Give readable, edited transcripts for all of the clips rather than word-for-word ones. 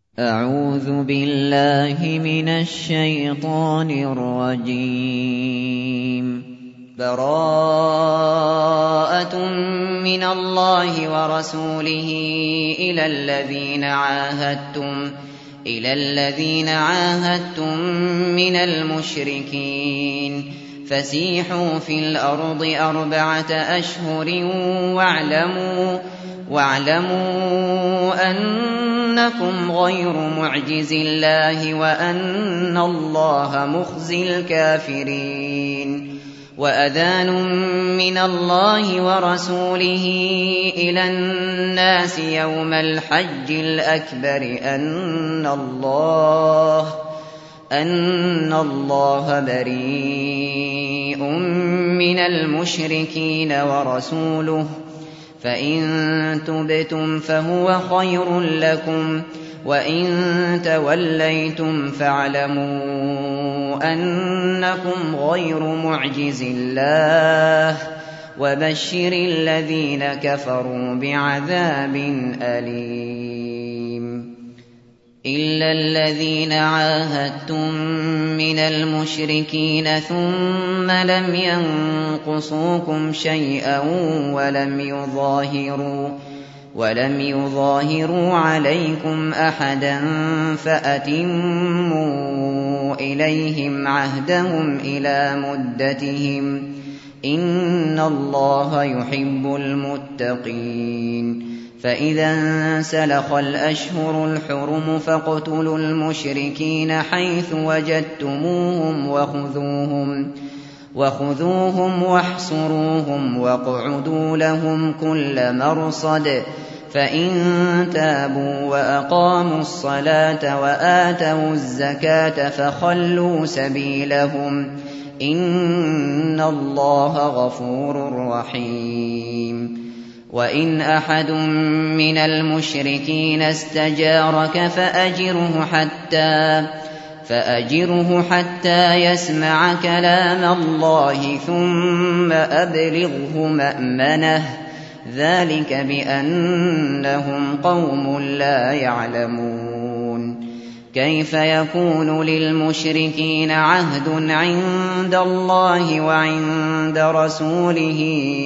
أعوذ بالله من الشيطان الرجيم. براءة من الله ورسوله إلى الذين عاهدتم من المشركين فسيحوا في الأرض 4 أشهر واعلموا أنكم غير معجز الله وأن الله مخزي الكافرين. وأذان من الله ورسوله إلى الناس يوم الحج الأكبر أن الله بريء من المشركين ورسوله، فإن تبتم فهو خير لكم، وإن توليتم فاعلموا أنكم غير معجز الله، وبشر الذين كفروا بعذاب أليم. إلا الذين عاهدتم من المشركين ثم لم ينقصوكم شيئا ولم يظاهروا عليكم أحدا فأتموا إليهم عهدهم إلى مدتهم، إن الله يحب المتقين. فإذا انسلخ الأشهر الحرم فاقتلوا المشركين حيث وجدتموهم وخذوهم واحصروهم واقعدوا لهم كل مرصد، فإن تابوا وأقاموا الصلاة وآتوا الزكاة فخلوا سبيلهم، إن الله غفور رحيم. وإن أحد من المشركين استجارك فأجره حتى يسمع كلام الله ثم أبلغه مأمنه، ذلك بأنهم قوم لا يعلمون. كيف يكون للمشركين عهد عند الله وعند رسوله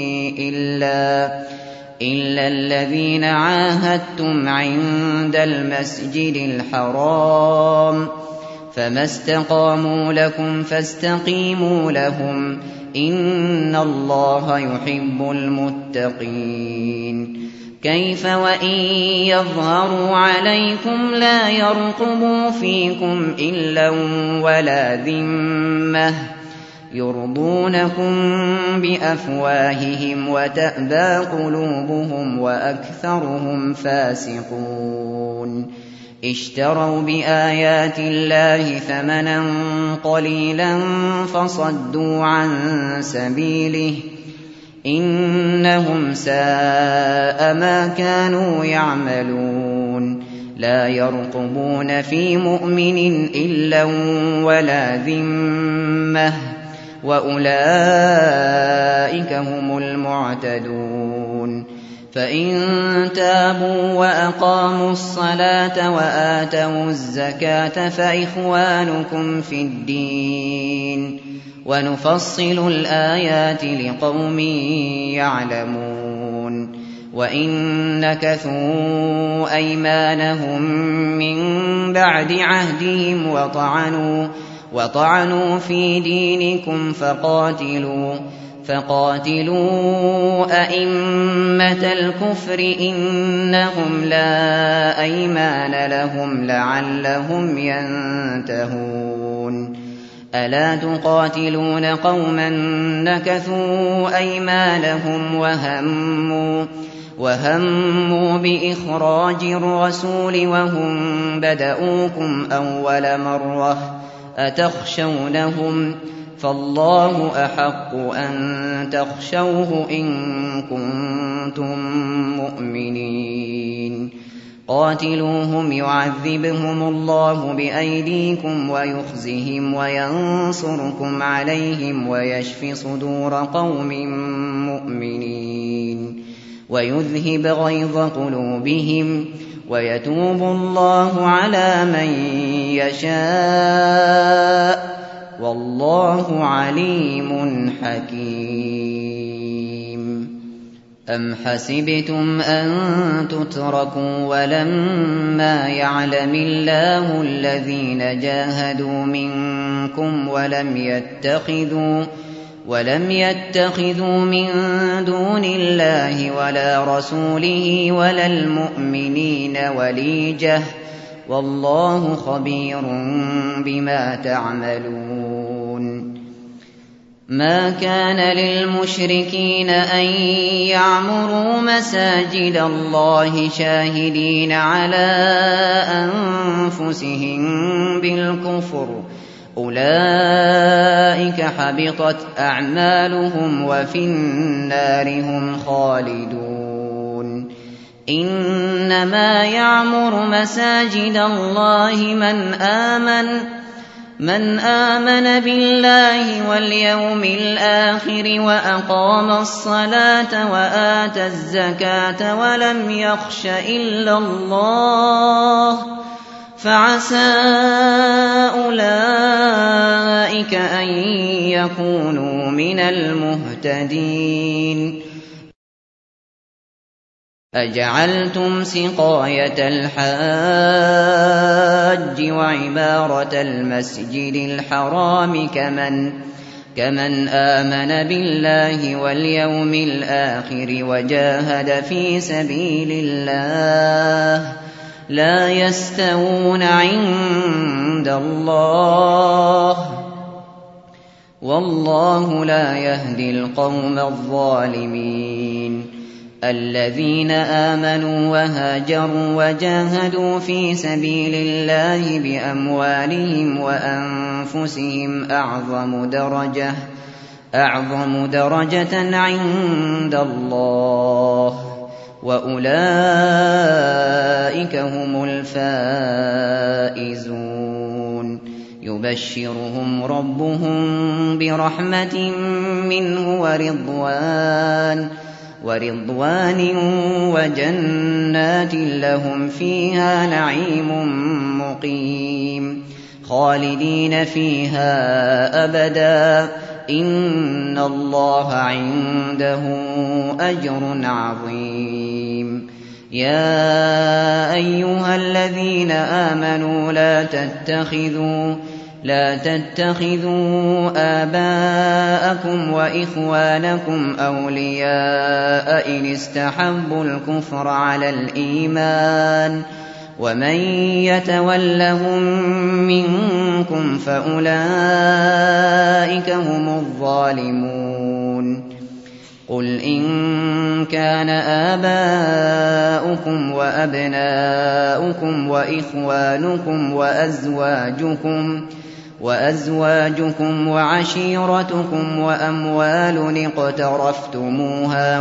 إلا الذين عاهدتم عند المسجد الحرام، فما استقاموا لكم فاستقيموا لهم، إن الله يحب المتقين. كيف وإن يظهروا عليكم لا يرقبوا فيكم إلا ولا ذمة، يرضونكم بأفواههم وتأبى قلوبهم وأكثرهم فاسقون. اشتروا بآيات الله ثمنا قليلا فصدوا عن سبيله، إنهم ساء ما كانوا يعملون. لا يرقبون في مؤمن إلا ولا ذمة، وأولئك هم المعتدون. فإن تابوا وأقاموا الصلاة وآتوا الزكاة فإخوانكم في الدين، ونفصل الآيات لقوم يعلمون. وإن نكثوا أيمانهم من بعد عهدهم وطعنوا في دينكم فقاتلوا أئمة الكفر إنهم لا أيمان لهم لعلهم ينتهون. ألا تقاتلون قوما نكثوا أيمانهم وهموا بإخراج الرسول وهم بدؤوكم أول مرة، أتخشونهم؟ فالله أحق أن تخشوه إن كنتم مؤمنين. قاتلوهم يعذبهم الله بأيديكم ويخزهم وينصركم عليهم ويشف صدور قوم مؤمنين، ويذهب غيظ قلوبهم ويتوب الله على من يشاء والله عليم حكيم. أم حسبتم أن تتركوا ولما يعلم الله الذين جاهدوا منكم ولم يتخذوا من دون الله ولا رسوله ولا المؤمنين وليجة والله خبير بما تعملون. ما كان للمشركين أن يعمروا مساجد الله شاهدين على أنفسهم بالكفر أولئك حبطت أعمالهم وفي النار هم خالدون. إنما يعمر مساجد الله من آمن بالله واليوم الآخر وأقام الصلاة وآتى الزكاة ولم يخش إلا الله فعسى أولئك أن يكونوا من المهتدين. أجعلتم سقاية الحاج وعمارة المسجد الحرام كمن آمن بالله واليوم الآخر وجاهد في سبيل الله لا يستوون عند الله والله لا يهدي القوم الظالمين. الذين آمنوا وهاجروا وجاهدوا في سبيل الله بأموالهم وأنفسهم أعظم درجة عند الله وأولئك هم الفائزون. يبشرهم ربهم برحمة منه ورضوان وجنات لهم فيها نعيم مقيم خالدين فيها أبدا إن الله عنده أجر عظيم. يا أيها الذين آمنوا لا تتخذوا آباءكم وإخوانكم أولياء إن استحبوا الكفر على الإيمان ومن يتولهم منكم فأولئك هم الظالمون. قل إن كان آباؤكم وأبناؤكم وإخوانكم وأزواجكم وعشيرتكم وأموال اقترفتموها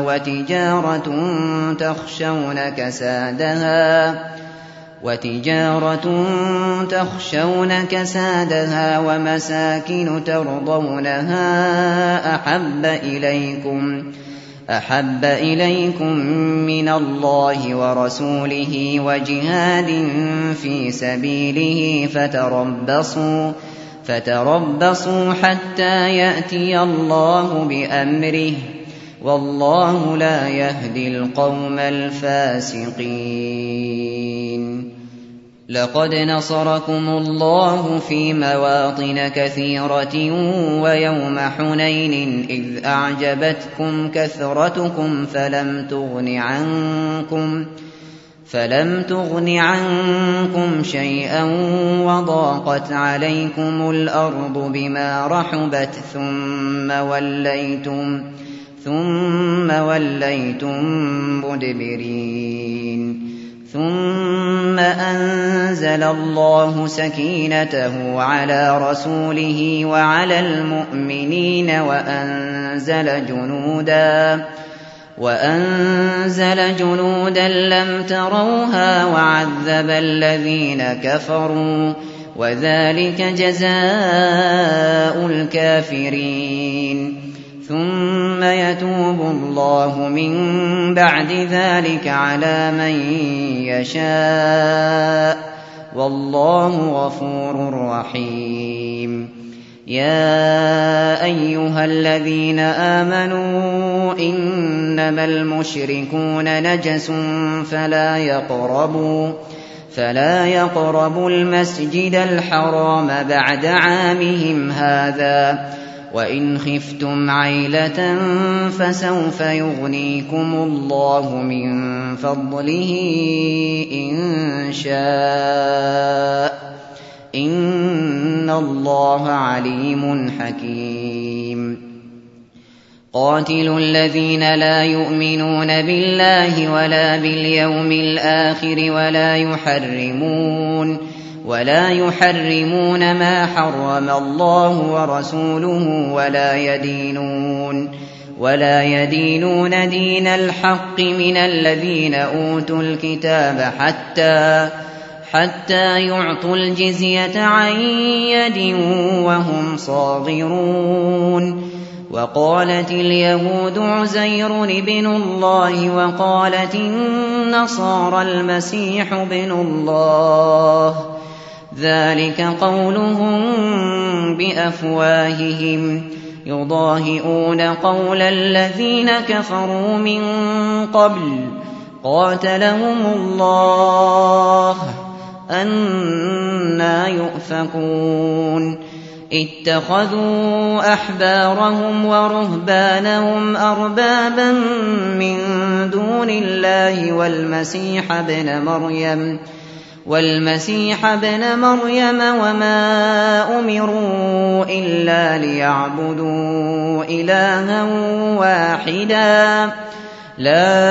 وتجارة تخشون كسادها ومساكن ترضونها أحب إليكم من الله ورسوله وجهاد في سبيله فتربصوا حتى يأتي الله بأمره والله لا يهدي القوم الفاسقين. لقد نصركم الله في مواطن كثيرة ويوم حنين إذ أعجبتكم كثرتكم فلم تغن عنكم شيئا وضاقت عليكم الأرض بما رحبت ثم وليتم مدبرين. ثم أنزل الله سكينته على رسوله وعلى المؤمنين وأنزل جنودا لم تروها وعذب الذين كفروا وذلك جزاء الكافرين. ثم يتوب الله من بعد ذلك على من يشاء والله غفور رحيم يا أيها الذين آمنوا إنما المشركون نجس فلا يقربوا المسجد الحرام بعد عامهم هذا وإن خفتم عيلة فسوف يغنيكم الله من فضله إن شاء إن الله عليم حكيم قاتلوا الذين لا يؤمنون بالله ولا باليوم الآخر ولا يحرمون ما حرم الله ورسوله ولا يدينون دين الحق من الذين أوتوا الكتاب حتى يعطوا الجزية عن يد وهم صاغرون وقالت اليهود عزير ابن الله وقالت النصارى المسيح ابن الله ذلك قولهم بأفواههم يضاهئون قول الذين كفروا من قبل قاتلهم الله أنى يؤفكون اتخذوا أحبارهم ورهبانهم أربابا من دون الله والمسيح ابن مريم وما أمروا إلا ليعبدوا إلها واحدا لا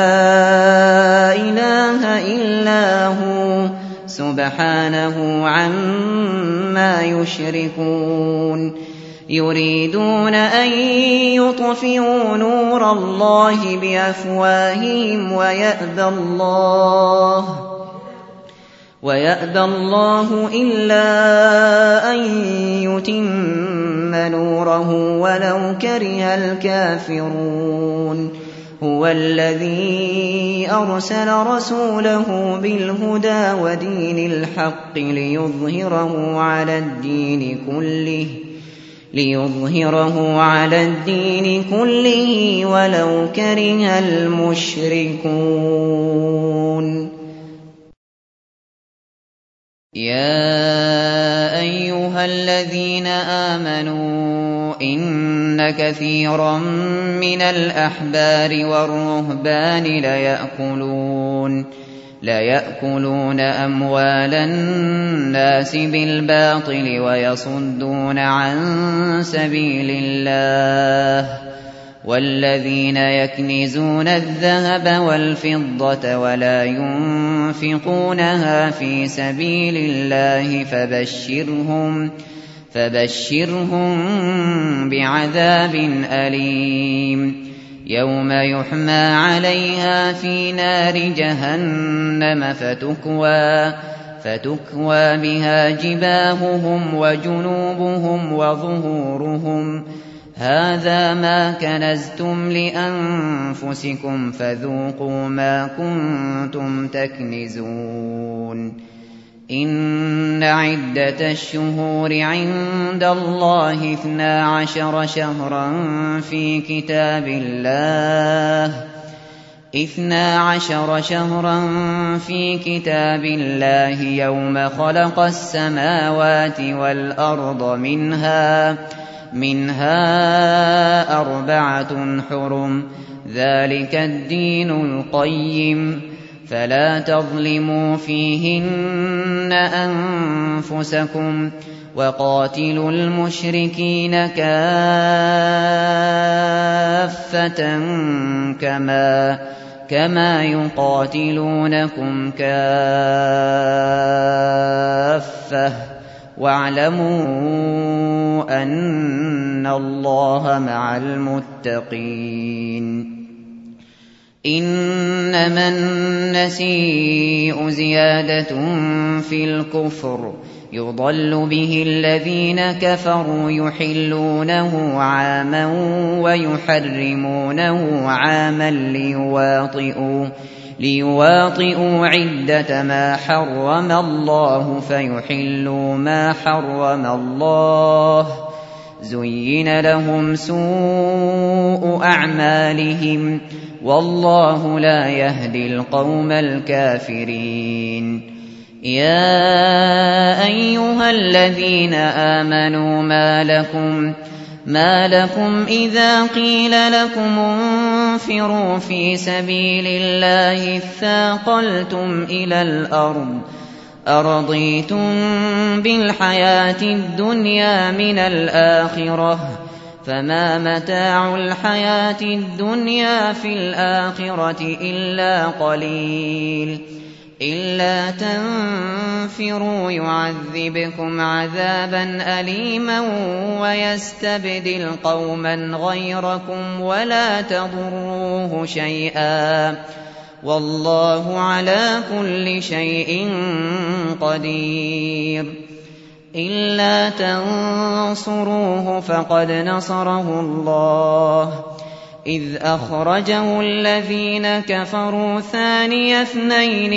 إله إلا هو سبحانه عما يشركون يريدون أن يطفئوا نور الله بأفواههم ويأبى الله إلا أن يتم نوره ولو كره الكافرون هو الذي أرسل رسوله بالهدى ودين الحق ليظهره على الدين كله ولو كره المشركون يا أيها الذين آمنوا إن كثيرا من الأحبار والرهبان ليأكلون أموال الناس بالباطل ويصدون عن سبيل الله والذين يكنزون الذهب والفضة ولا ينفقونها في سبيل الله فبشرهم بعذاب أليم يوم يحمى عليها في نار جهنم فتكوى بها جباههم وجنوبهم وظهورهم هذا ما كنزتم لأنفسكم فذوقوا ما كنتم تكنزون إن عدة الشهور عند الله 12 شهرا في كتاب الله يوم خلق السماوات والأرض منها 4 حرم ذلك الدين القيم فلا تظلموا فيهن أنفسكم وقاتلوا المشركين كافة كما يقاتلونكم كافة واعلموا أن الله مع المتقين إن إنما النسيء زيادة في الكفر يضل به الذين كفروا يحلونه عاما ويحرمونه عاما ليواطئوا عدة ما حرم الله فيحلوا ما حرم الله. زين لهم سوء أعمالهم والله لا يهدي القوم الكافرين. يا أيها الذين آمنوا ما لكم إذا قيل لكم انفروا في سبيل الله اثاقلتم إلى الأرض أرضيتم بالحياة الدنيا من الآخرة فما متاع الحياة الدنيا في الآخرة إلا قليل. إلا تنفروا يعذبكم عذابا أليما ويستبدل قوما غيركم ولا تضروه شيئا والله على كل شيء قدير. إلا تنصروه فقد نصره الله إذ أخرجه الذين كفروا ثاني اثنين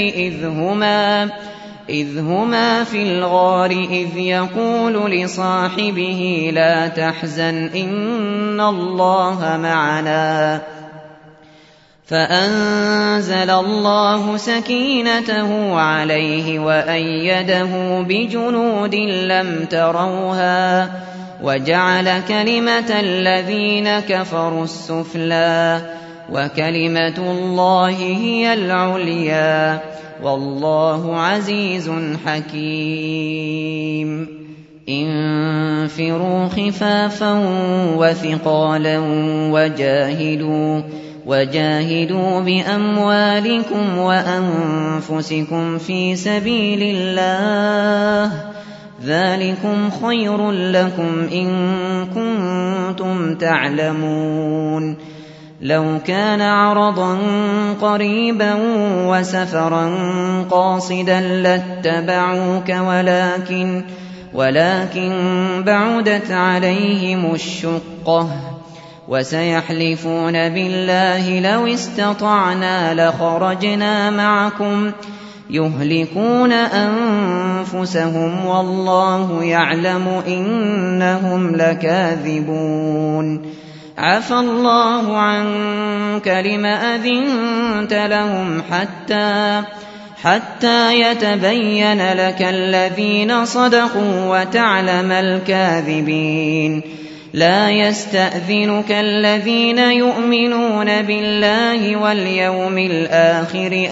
إذ هما في الغار إذ يقول لصاحبه لا تحزن إن الله معنا فأنزل الله سكينته عليه وأيده بجنود لم تروها وجعل كلمة الذين كفروا السفلى وكلمة الله هي العليا والله عزيز حكيم. انفروا خفافا وثقالا وجاهدوا بأموالكم وأنفسكم في سبيل الله ذلكم خير لكم إن كنتم تعلمون. لو كان عرضا قريبا وسفرا قاصدا لاتبعوك ولكن بعدت عليهم الشقة وسيحلفون بالله لو استطعنا لخرجنا معكم يهلكون أنفسهم والله يعلم إنهم لكاذبون. عفى الله عنك لم أذنت لهم حتى يتبين لك الذين صدقوا وتعلم الكاذبين. لا يستأذنك الذين يؤمنون بالله واليوم الآخر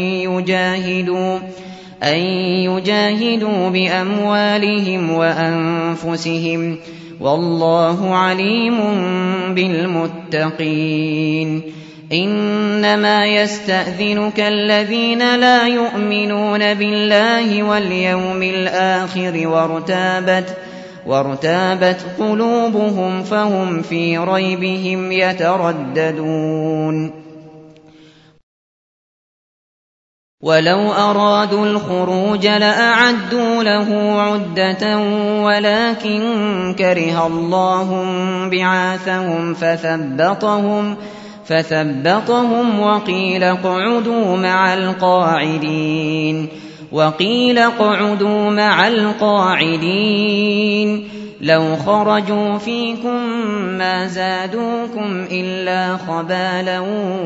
أن يجاهدوا بأموالهم وأنفسهم والله عليم بالمتقين. إنما يستأذنك الذين لا يؤمنون بالله واليوم الآخر وارتابت قلوبهم فهم في ريبهم يترددون. ولو أرادوا الخروج لأعدوا له عدة ولكن كره الله بعاثهم فثبطهم وقيل اقعدوا مع القاعدين. لو خرجوا فيكم ما زادوكم إلا خبالا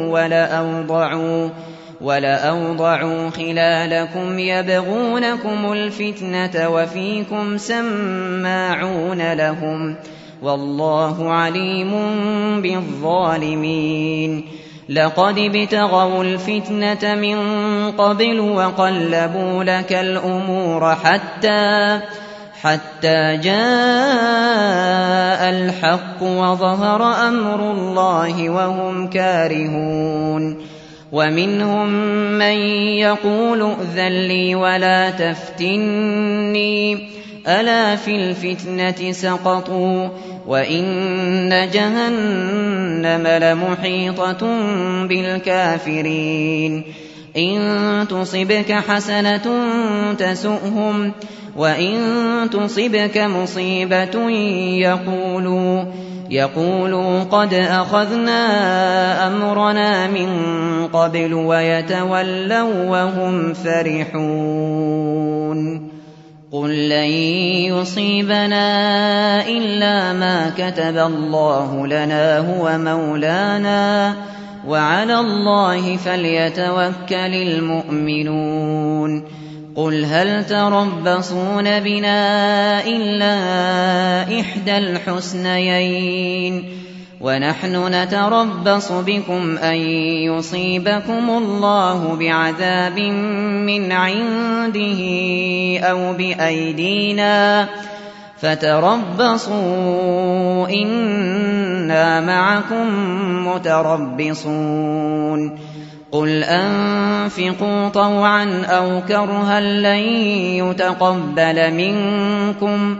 ولأوضعوا خلالكم يبغونكم الفتنة وفيكم سماعون لهم والله عليم بالظالمين. لقد ابتغوا الفتنة من قبل وقلبوا لك الأمور حتى جاء الحق وظهر أمر الله وهم كارهون. ومنهم من يقول ائذن لي ولا تفتني ألا في الفتنة سقطوا وإن جهنم لمحيطة بالكافرين إن تصبك حسنة تسؤهم وإن تصبك مصيبة يقولوا قد أخذنا أمرنا من قبل ويتولوا وهم فرحون قل لن يصيبنا إلا ما كتب الله لنا هو مولانا وعلى الله فليتوكل المؤمنون قل هل تربصون بنا إلا إحدى الحسنيين ونحن نتربص بكم أن يصيبكم الله بعذاب من عنده أو بأيدينا فتربصوا إنا معكم متربصون قل أنفقوا طوعا أو كرها لن يتقبل منكم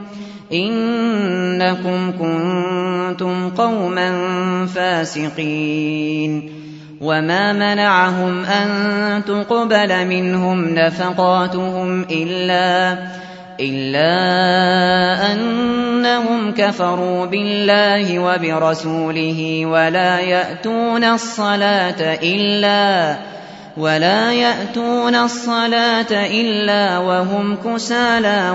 إنكم كنتم قوما فاسقين وما منعهم أن تقبل منهم نفقاتهم إلا أنهم كفروا بالله وبرسوله ولا يأتون الصلاة إلا وهم كسالى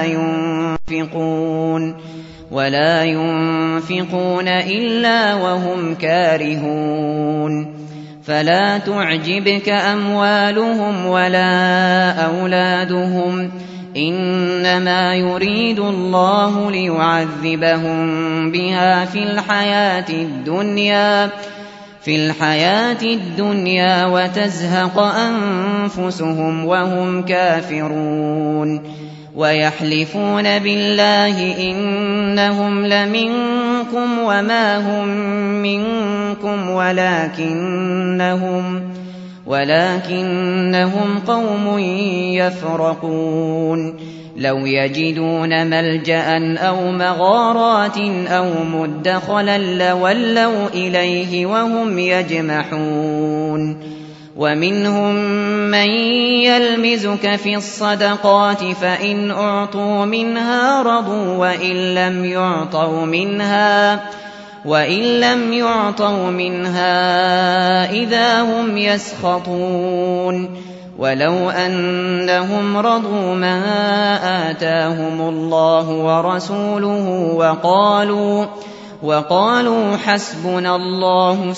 ولا ينفقون إلا وهم كارهون فلا تعجبك أموالهم ولا أولادهم إنما يريد الله ليعذبهم بها في الحياة الدنيا وتزهق أنفسهم وهم كافرون ويحلفون بالله إنهم لمنكم وما هم منكم ولكنهم قوم يفرقون لو يجدون ملجأ أو مغارات أو مدخلا لولوا إليه وهم يجمحون ومنهم من يلمزك في الصدقات فإن أعطوا منها رضوا وإن لم يعطوا منها إذا هم يسخطون ولو أنهم رضوا ما آتاهم الله ورسوله وقالوا حسبنا الله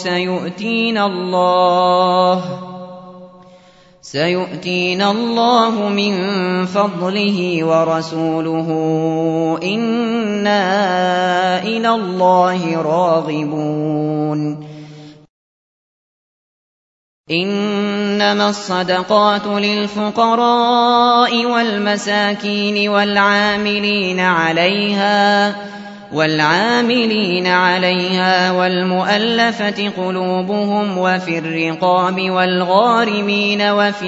سيؤتينا الله من فضله ورسوله إنا إلى الله راغبون إنما الصدقات للفقراء والمساكين والعاملين عليها والمؤلفة قلوبهم وفي الرقاب والغارمين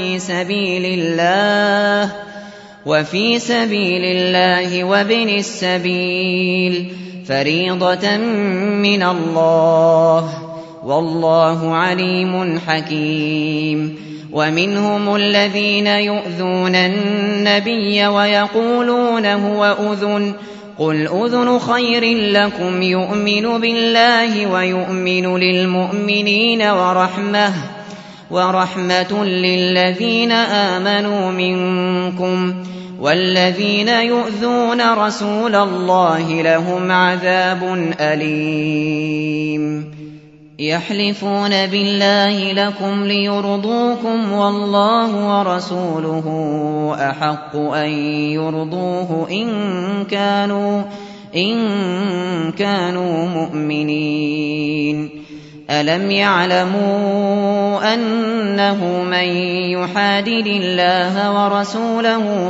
وفي سبيل الله وابن السبيل فريضة من الله والله عليم حكيم ومنهم الذين يؤذون النبي ويقولون هو أذن قل أذن خير لكم يؤمن بالله ويؤمن للمؤمنين ورحمة للذين آمنوا منكم والذين يؤذون رسول الله لهم عذاب أليم يحلفون بالله لكم ليرضوكم والله ورسوله أحق أن يرضوه إن كانوا مؤمنين ألم يعلموا أنه من يحادد الله ورسوله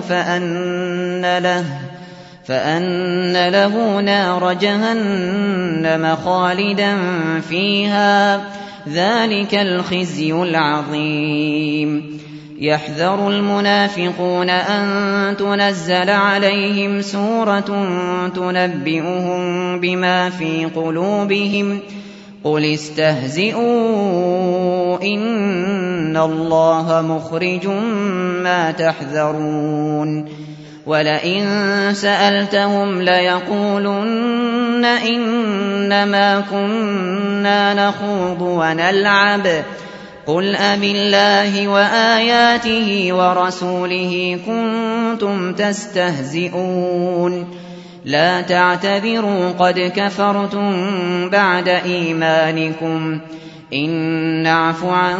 فأن له نار جهنم خالدا فيها ذلك الخزي العظيم يحذر المنافقون أن تنزل عليهم سورة تنبئهم بما في قلوبهم قل استهزئوا إن الله مخرج ما تحذرون ولئن سألتهم ليقولن إنما كنا نخوض ونلعب قل أبالله وآياته ورسوله كنتم تستهزئون لا تعتذروا قد كفرتم بعد إيمانكم إن نعف عن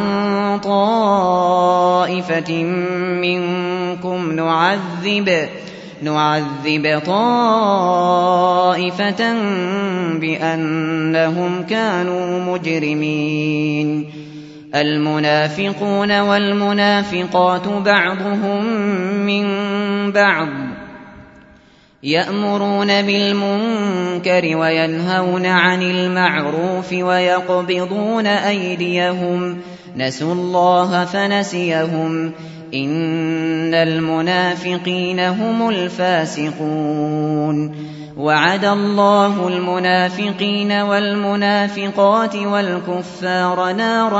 طائفة منكم نعذب طائفة بأنهم كانوا مجرمين المنافقون والمنافقات بعضهم من بعض يأمرون بالمنكر وينهون عن المعروف ويقبضون أيديهم نسوا الله فنسيهم إن المنافقين هم الفاسقون وعد الله المنافقين والمنافقات والكفار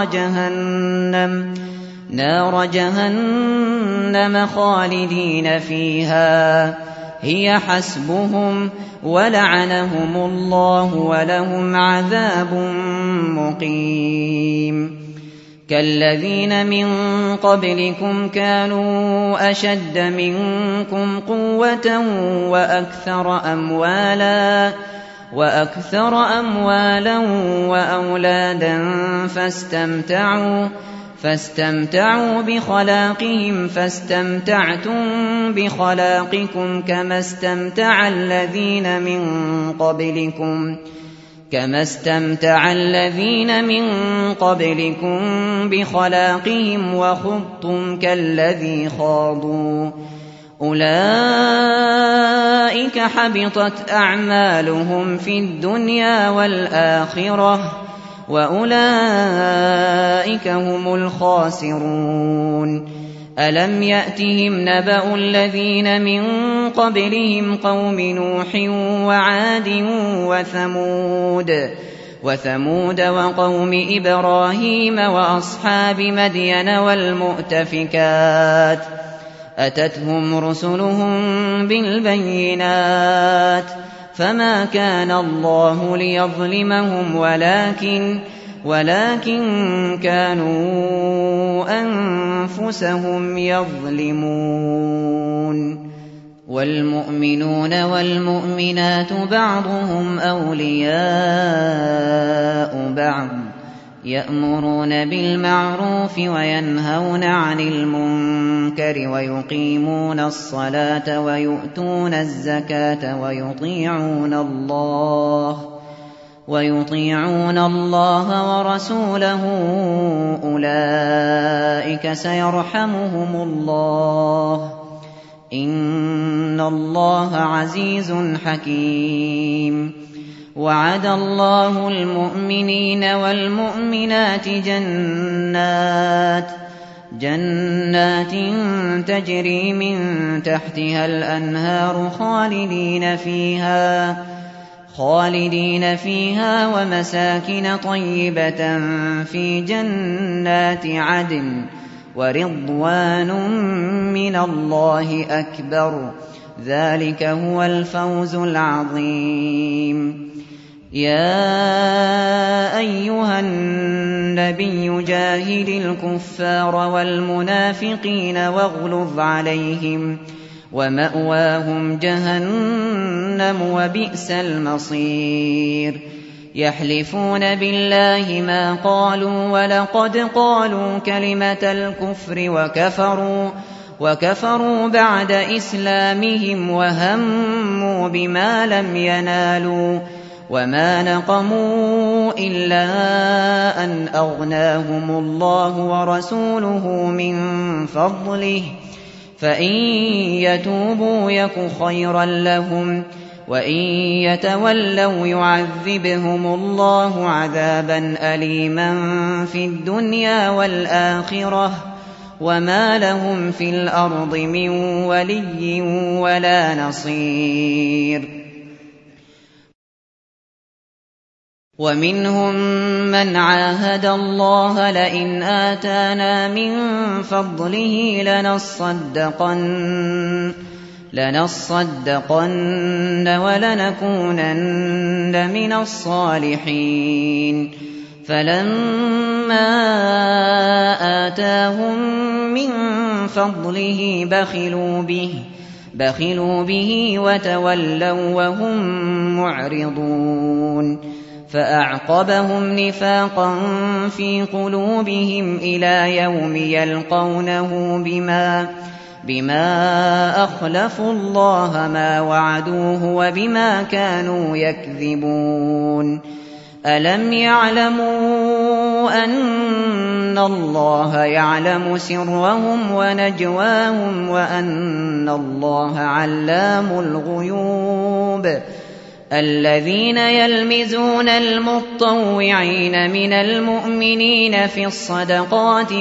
نار جهنم خالدين فيها هي حسبهم ولعنهم الله ولهم عذاب مقيم كالذين من قبلكم كانوا أشد منكم قوة وأكثر أموالا وأولادا فاستمتعوا بخلاقهم فاستمتعتم بخلاقكم كما استمتع الذين من قبلكم بخلاقهم وخضتم كالذي خاضوا أولئك حبطت أعمالهم في الدنيا والآخرة وأولئك هم الخاسرون ألم يأتهم نبأ الذين من قبلهم قوم نوح وعاد وثمود وقوم إبراهيم وأصحاب مدين والمؤتفكات أتتهم رسلهم بالبينات فما كان الله ليظلمهم ولكن كانوا أنفسهم يظلمون والمؤمنون والمؤمنات بعضهم أولياء بعض يأمرون بالمعروف وينهون عن المنكر ويقيمون الصلاة ويؤتون الزكاة ويطيعون الله ورسوله أولئك سيرحمهم الله إن الله عزيز حكيم وعد الله المؤمنين والمؤمنات جنات تجري من تحتها الأنهار خالدين فيها ومساكن طيبة في جنات عدن ورضوان من الله أكبر ذلك هو الفوز العظيم يا أيها النبي جاهد الكفار والمنافقين واغلظ عليهم ومأواهم جهنم وبئس المصير يحلفون بالله ما قالوا ولقد قالوا كلمة الكفر وكفروا بعد إسلامهم وهموا بما لم ينالوا وما نقموا إلا أن أغناهم الله ورسوله من فضله فإن يتوبوا يك خيرا لهم وإن يتولوا يعذبهم الله عذابا أليما في الدنيا والآخرة وما لهم في الأرض من ولي ولا نصير. ومنهم من عاهد الله لئن آتانا من فضله لنصدقن ولنكونن من الصالحين. فلما آتاهم من فضله بخلوا به وتولوا وهم معرضون. فأعقبهم نفاقا في قلوبهم إلى يوم يلقونه بما أخلفوا الله ما وعدوه وبما كانوا يكذبون. ألم يعلموا أن الله يعلم سرهم ونجواهم وأن الله علام الغيوب. الذين يلمزون المطوعين من المؤمنين في الصدقات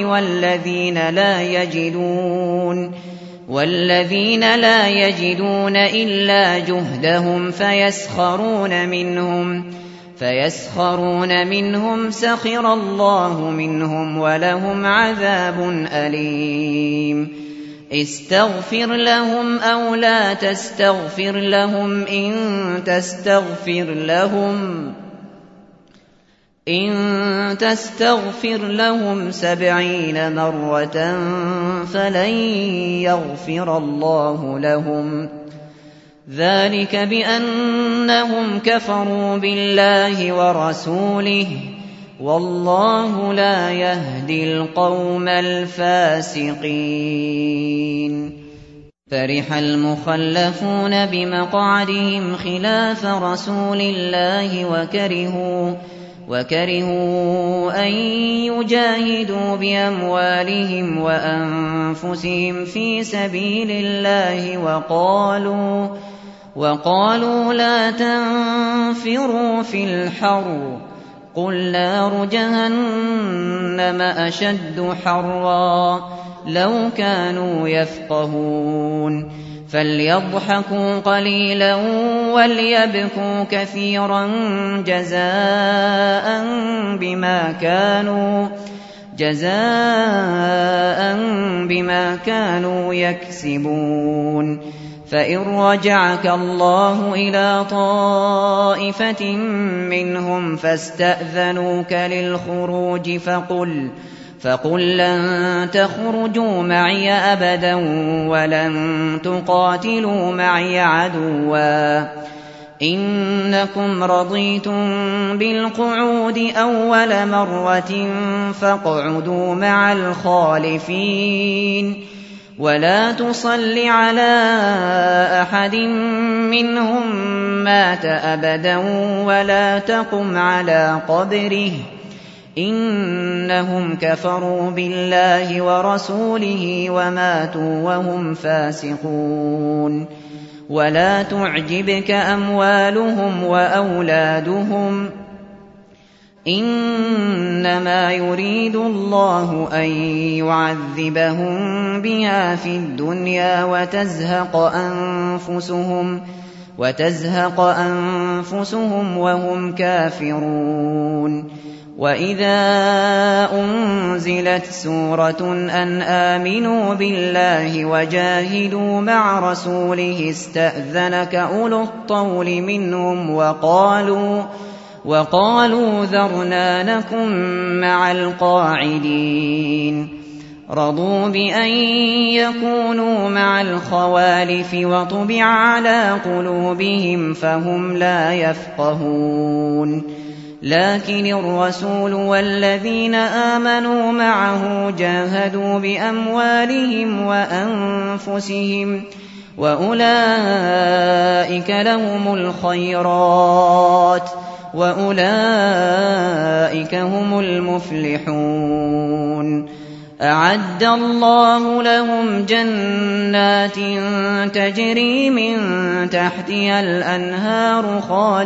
والذين لا يجدون إلا جهدهم فيسخرون منهم سخر الله منهم ولهم عذاب أليم. استغفر لهم أو لا تستغفر لهم إن تستغفر لهم 70 مرة فلن يغفر الله لهم. ذلك بأنهم كفروا بالله ورسوله والله لا يهدي القوم الفاسقين. فرح المخلفون بمقعدهم خلاف رسول الله وكرهوا أن يجاهدوا بأموالهم وأنفسهم في سبيل الله وقالوا لا تنفروا في الحر قل نار جهنم أشد حرا لو كانوا يفقهون. فليضحكوا قليلا وليبكوا كثيرا جزاء بما كانوا يكسبون. فإن رجعك الله إلى طائفة منهم فاستأذنوك للخروج فقل لن تخرجوا معي أبدا ولن تقاتلوا معي عدوا إنكم رضيتم بالقعود أول مرة فاقعدوا مع الخالفين. ولا تصل على أحد منهم مات أبدا ولا تقم على قبره إنهم كفروا بالله ورسوله وماتوا وهم فاسقون. ولا تعجبك أموالهم وأولادهم إنما يريد الله أن يعذبهم بها في الدنيا وتزهق أنفسهم وهم كافرون. وإذا أنزلت سورة أن آمنوا بالله وجاهدوا مع رسوله استأذنك أولو الطول منهم وقالوا ذرنا نكن مع القاعدين. رضوا بأن يكونوا مع الخوالف وطبع على قلوبهم فهم لا يفقهون. لكن الرسول والذين آمنوا معه جاهدوا بأموالهم وأنفسهم وأولئك لهم الخيرات وأولئك هم المفلحون. أعد الله لهم جنات تجري من تحتها الأنهار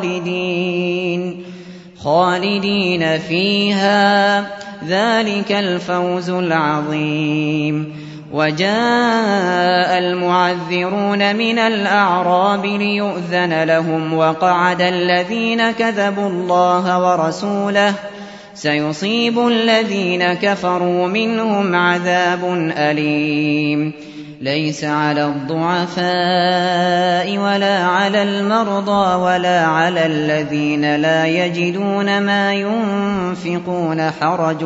خالدين فيها، ذلك الفوز العظيم. وجاء المعذرون من الأعراب ليؤذن لهم، وقعد الذين كذبوا الله ورسوله، سيصيب الذين كفروا منهم عذاب أليم. ليس على الضعفاء ولا على المرضى ولا على الذين لا يجدون ما ينفقون حرج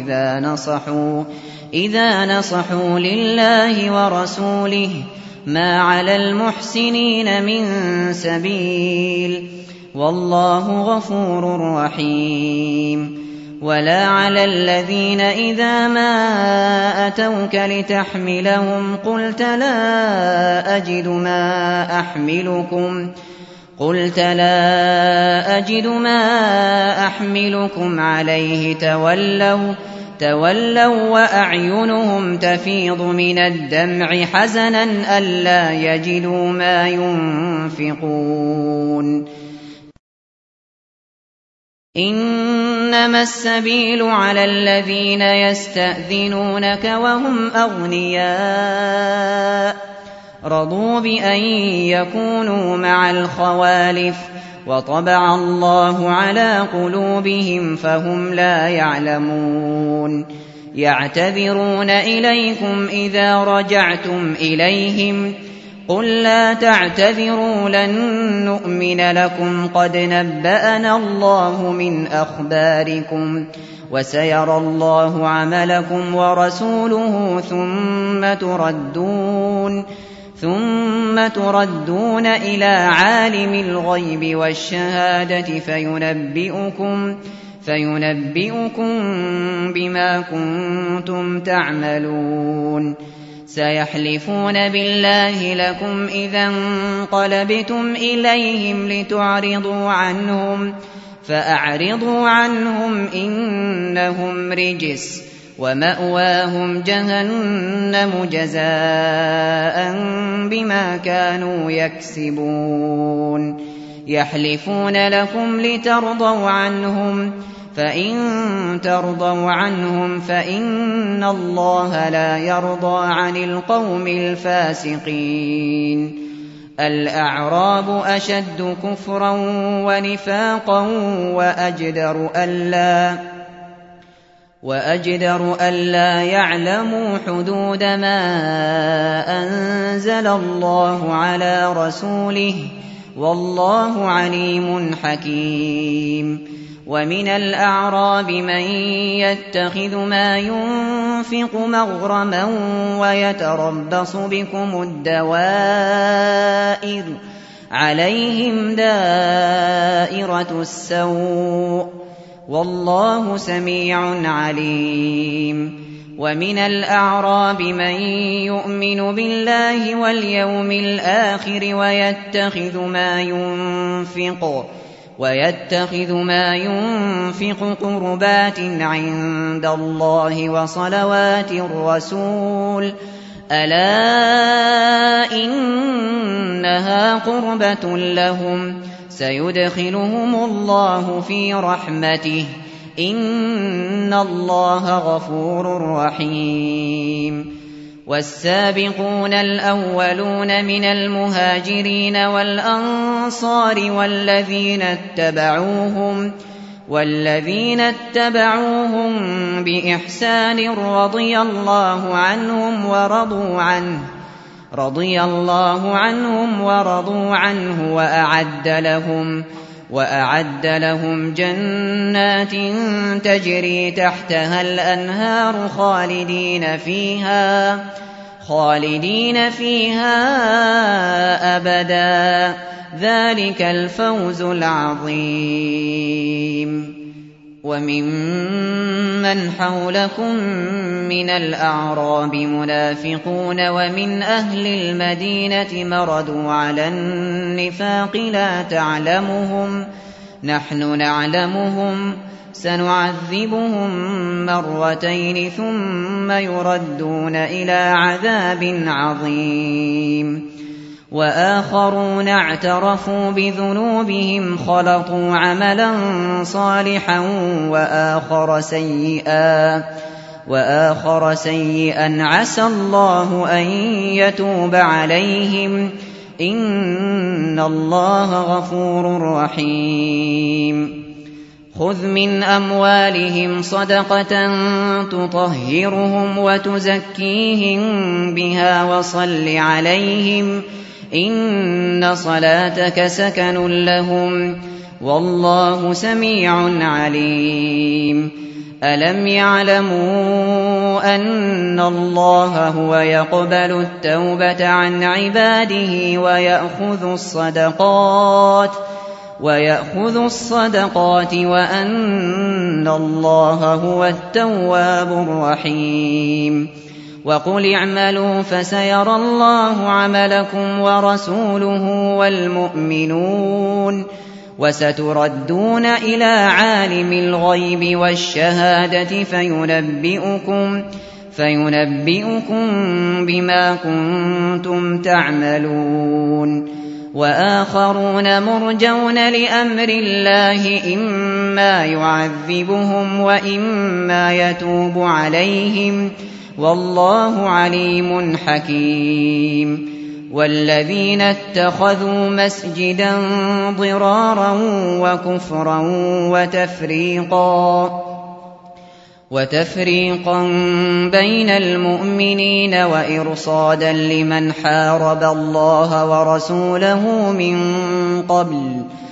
إذا نصحوا لله ورسوله، ما على المحسنين من سبيل، والله غفور رحيم. ولا على الذين إذا ما أتوك لتحملهم قلت لا أجد ما أحملكم عليه تولوا وأعينهم تفيض من الدمع حزنا ألا يجدوا ما ينفقون. إنما السبيل على الذين يستأذنونك وهم أغنياء، رضوا بأن يكونوا مع الخوالف، وطبع الله على قلوبهم فهم لا يعلمون. يعتذرون إليكم إذا رجعتم إليهم، قل لا تعتذروا لن نؤمن لكم قد نبأنا الله من أخباركم، وسيرى الله عملكم ورسوله ثم تردون إلى عالم الغيب والشهادة فينبئكم بما كنتم تعملون. سيحلفون بالله لكم إذا انقلبتم إليهم لتعرضوا عنهم، فأعرضوا عنهم إنهم رجس، ومأواهم جهنم جزاء بما كانوا يكسبون. يحلفون لكم لترضوا عنهم، فإن ترضوا عنهم فإن الله لا يرضى عن القوم الفاسقين. الأعراب أشد كفرا ونفاقا وأجدر ألا يعلموا حدود ما أنزل الله على رسوله، والله عليم حكيم. ومن الأعراب من يتخذ ما ينفق مغرما ويتربص بكم الدوائر، عليهم دائرة السوء، والله سميع عليم. ومن الأعراب من يؤمن بالله واليوم الآخر ويتخذ ما ينفق قربات عند الله وصلوات الرسول، ألا إنها قربة لهم، سيدخلهم الله في رحمته، إن الله غفور رحيم. والسابقون الأولون من المهاجرين والأنصار والذين اتبعوهم بإحسان رضي الله عنهم ورضوا عنه، وأعد لهم جنات تجري تحتها الأنهار خالدين فيها أبدا، ذلك الفوز العظيم. وممن حولكم من الأعراب منافقون ومن أهل المدينة مردوا على النفاق لا تعلمهم، نحن نعلمهم، سنعذبهم مرتين ثم يردون إلى عذاب عظيم وآخرون اعترفوا بذنوبهم خلطوا عملا صالحا وآخر سيئا عسى الله أن يتوب عليهم إن الله غفور رحيم خذ من أموالهم صدقة تطهرهم وتزكيهم بها وصل عليهم إن صلاتك سكن لهم والله سميع عليم ألم يعلموا أن الله هو يقبل التوبة عن عباده ويأخذ الصدقات وأن الله هو التواب الرحيم وقل اعملوا فسيرى الله عملكم ورسوله والمؤمنون وستردون إلى عالم الغيب والشهادة فينبئكم بما كنتم تعملون وآخرون مرجون لأمر الله إما يعذبهم وإما يتوب عليهم والله عليم حكيم والذين اتخذوا مسجدا ضرارا وكفرا وتفريقا بين المؤمنين وإرصادا لمن حارب الله ورسوله من قبل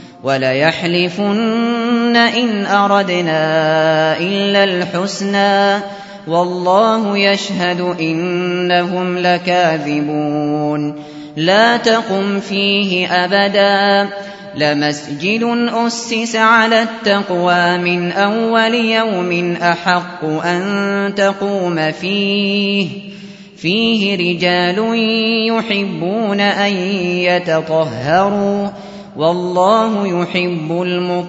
وليحلفن إن أردنا إلا الحسنى والله يشهد إنهم لكاذبون لا تقم فيه أبدا لمسجد أسس على التقوى من أول يوم أحق أن تقوم فيه رجال يحبون أن يتطهروا والله يحب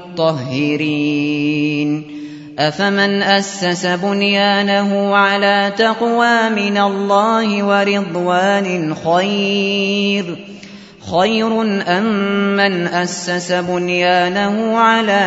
المطهرين أفمن أسس بنيانه على تقوى من الله ورضوان خير أم من أسس بنيانه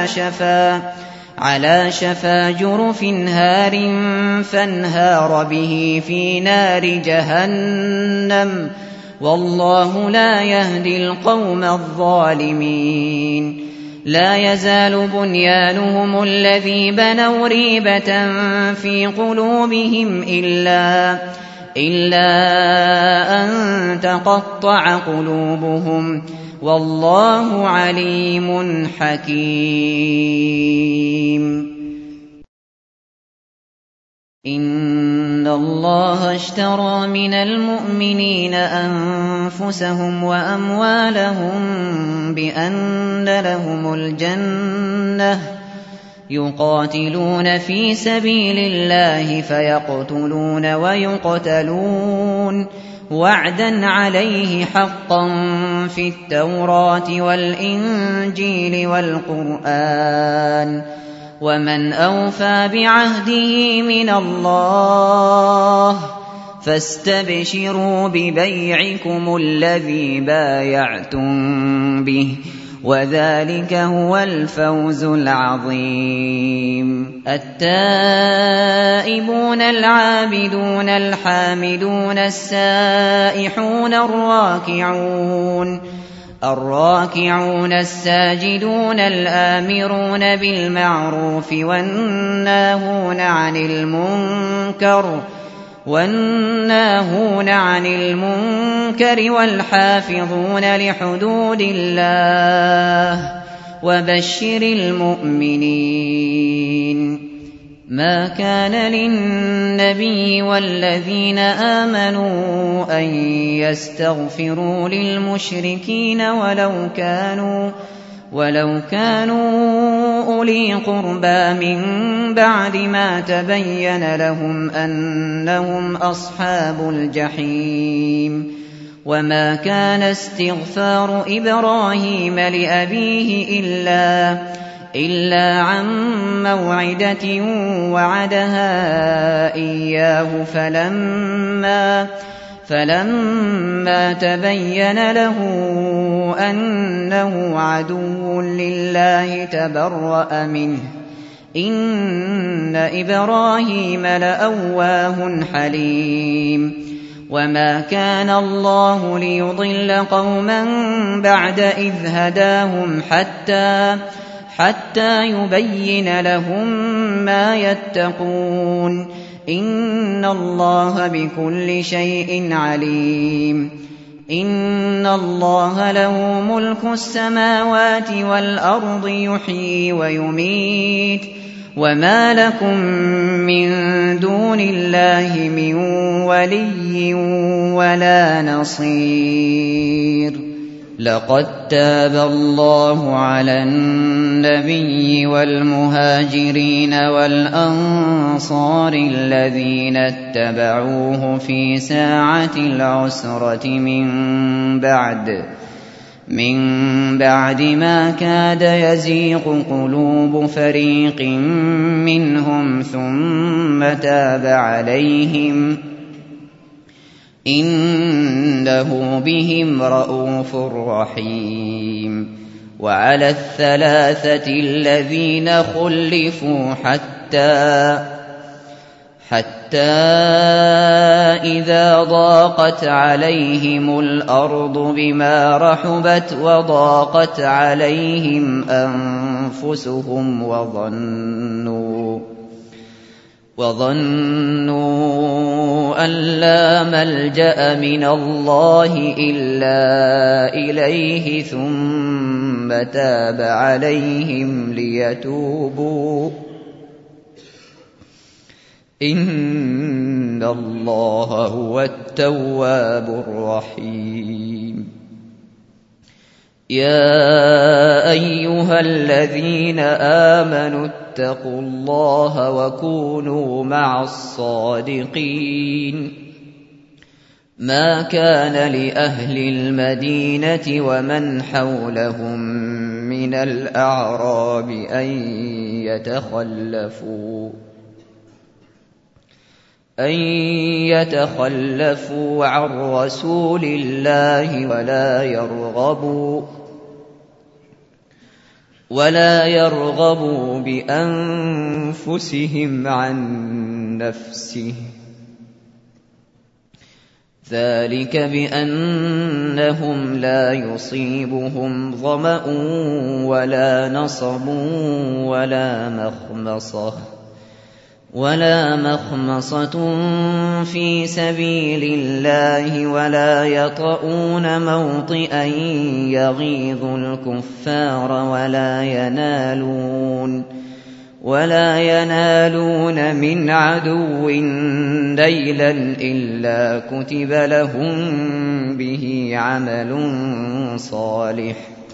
على شفا جرف هار فانهار به في نار جهنم والله لا يهدي القوم الظالمين لا يزال بنيانهم الذي بنوا ريبة في قلوبهم إلا أن تقطع قلوبهم والله عليم حكيم إن الله اشترى من المؤمنين أنفسهم وأموالهم بأن لهم الجنة يقاتلون في سبيل الله فيقتلون ويقتلون وعدا عليه حقا في التوراة والإنجيل والقرآن ومن أوفى بعهده من الله فاستبشروا ببيعكم الذي بايعتم به وذلك هو الفوز العظيم التائبون العابدون الحامدون السائحون الراكعون الساجدون الآمرون بالمعروف والناهون عن المنكر والحافظون لحدود الله وبشر المؤمنين ما كان للنبي والذين آمنوا أن يستغفروا للمشركين ولو كانوا أولي قربى من بعد ما تبين لهم أنهم أصحاب الجحيم وما كان استغفار إبراهيم لأبيه إلا عن موعدة وعدها إياه فلما تبين له أنه عدو لله تبرأ منه إن إبراهيم لأواه حليم وما كان الله ليضل قوما بعد إذ هداهم حتى يبين لهم ما يتقون إن الله بكل شيء عليم إن الله له ملك السماوات والأرض يحيي ويميت وما لكم من دون الله من ولي ولا نصير لقد تاب الله على النبي والمهاجرين والأنصار الذين اتبعوه في ساعة العسرة من بعد ما كاد يزيغ قلوب فريق منهم ثم تاب عليهم إنه بهم رءوف رحيم وعلى الثلاثة الذين خلفوا حتى إذا ضاقت عليهم الأرض بما رحبت وضاقت عليهم أنفسهم وظنوا أن لا ملجأ من الله إلا إليه ثم تاب عليهم ليتوبوا إن الله هو التواب الرحيم يا أيها الذين آمنوا اتقوا الله وكونوا مع الصادقين ما كان لأهل المدينة ومن حولهم من الأعراب أن يتخلفوا عن رسول الله ولا يرغبوا بأنفسهم عن نفسه ذلك بأنهم لا يصيبهم ظمأ ولا نصب ولا مخمصة في سبيل الله ولا يطؤون موطئا يغيظ الكفار ولا ينالون من عدو نيلا إلا كتب لهم به عمل صالح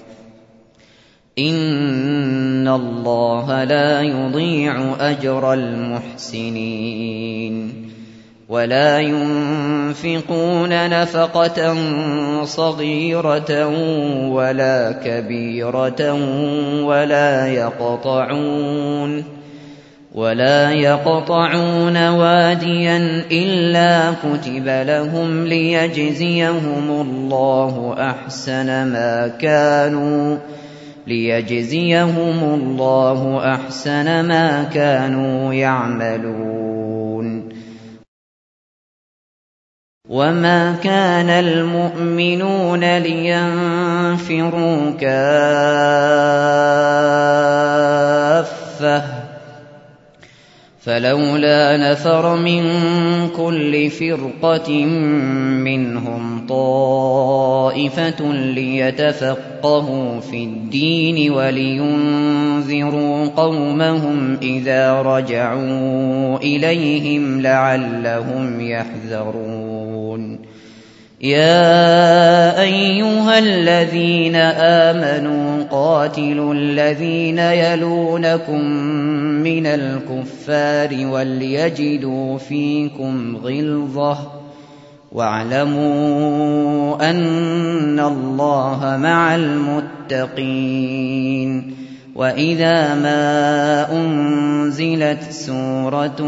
إن الله لا يضيع أجر المحسنين ولا ينفقون نفقة صغيرة ولا كبيرة ولا يقطعون واديا إلا كتب لهم ليجزيهم الله أحسن ما كانوا يعملون وما كان المؤمنون لينفروا كافة فلولا نفر من كل فرقة منهم طائفة ليتفقهوا في الدين ولينذروا قومهم إذا رجعوا إليهم لعلهم يحذرون يا أيها الذين آمنوا قاتلوا الذين يلونكم من الكفار وليجدوا فيكم غلظة واعلموا أن الله مع المتقين وإذا ما أنزلت سورة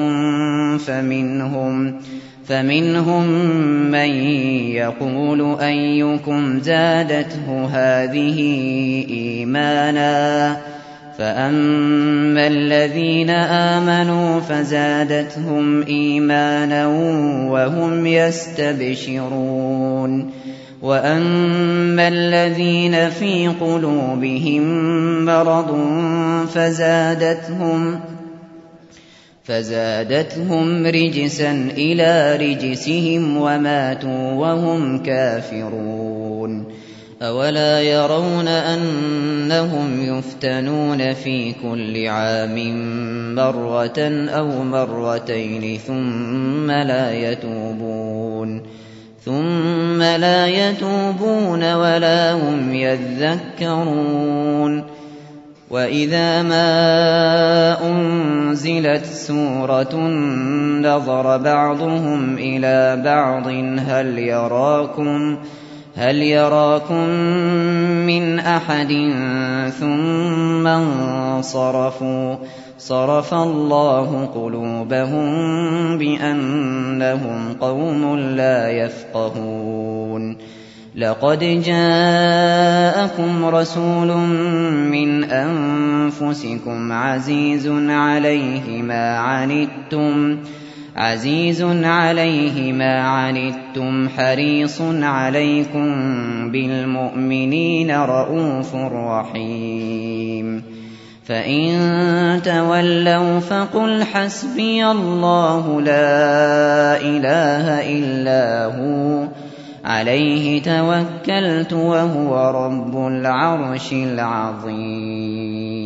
فمنهم من يقول أيكم زادته هذه إيمانا فأما الذين آمنوا فزادتهم إيمانا وهم يستبشرون وأما الذين في قلوبهم مرض فزادتهم رجسا إلى رجسهم وماتوا وهم كافرون أولا يرون أنهم يفتنون في كل عام مرة أو مرتين ثم لا يتوبون ولا هم يذكرون وإذا ما أنزلت سورة نظر بعضهم إلى بعض هل يراكم من أحد ثم انصرفوا صرف الله قلوبهم بأنهم قوم لا يفقهون لقد جاءكم رسول من أنفسكم عزيز عليه ما عنتم حريص عليكم بالمؤمنين رءوف رحيم فإن تولوا فقل حسبي الله لا إله إلا هو عليه توكلت وهو رب العرش العظيم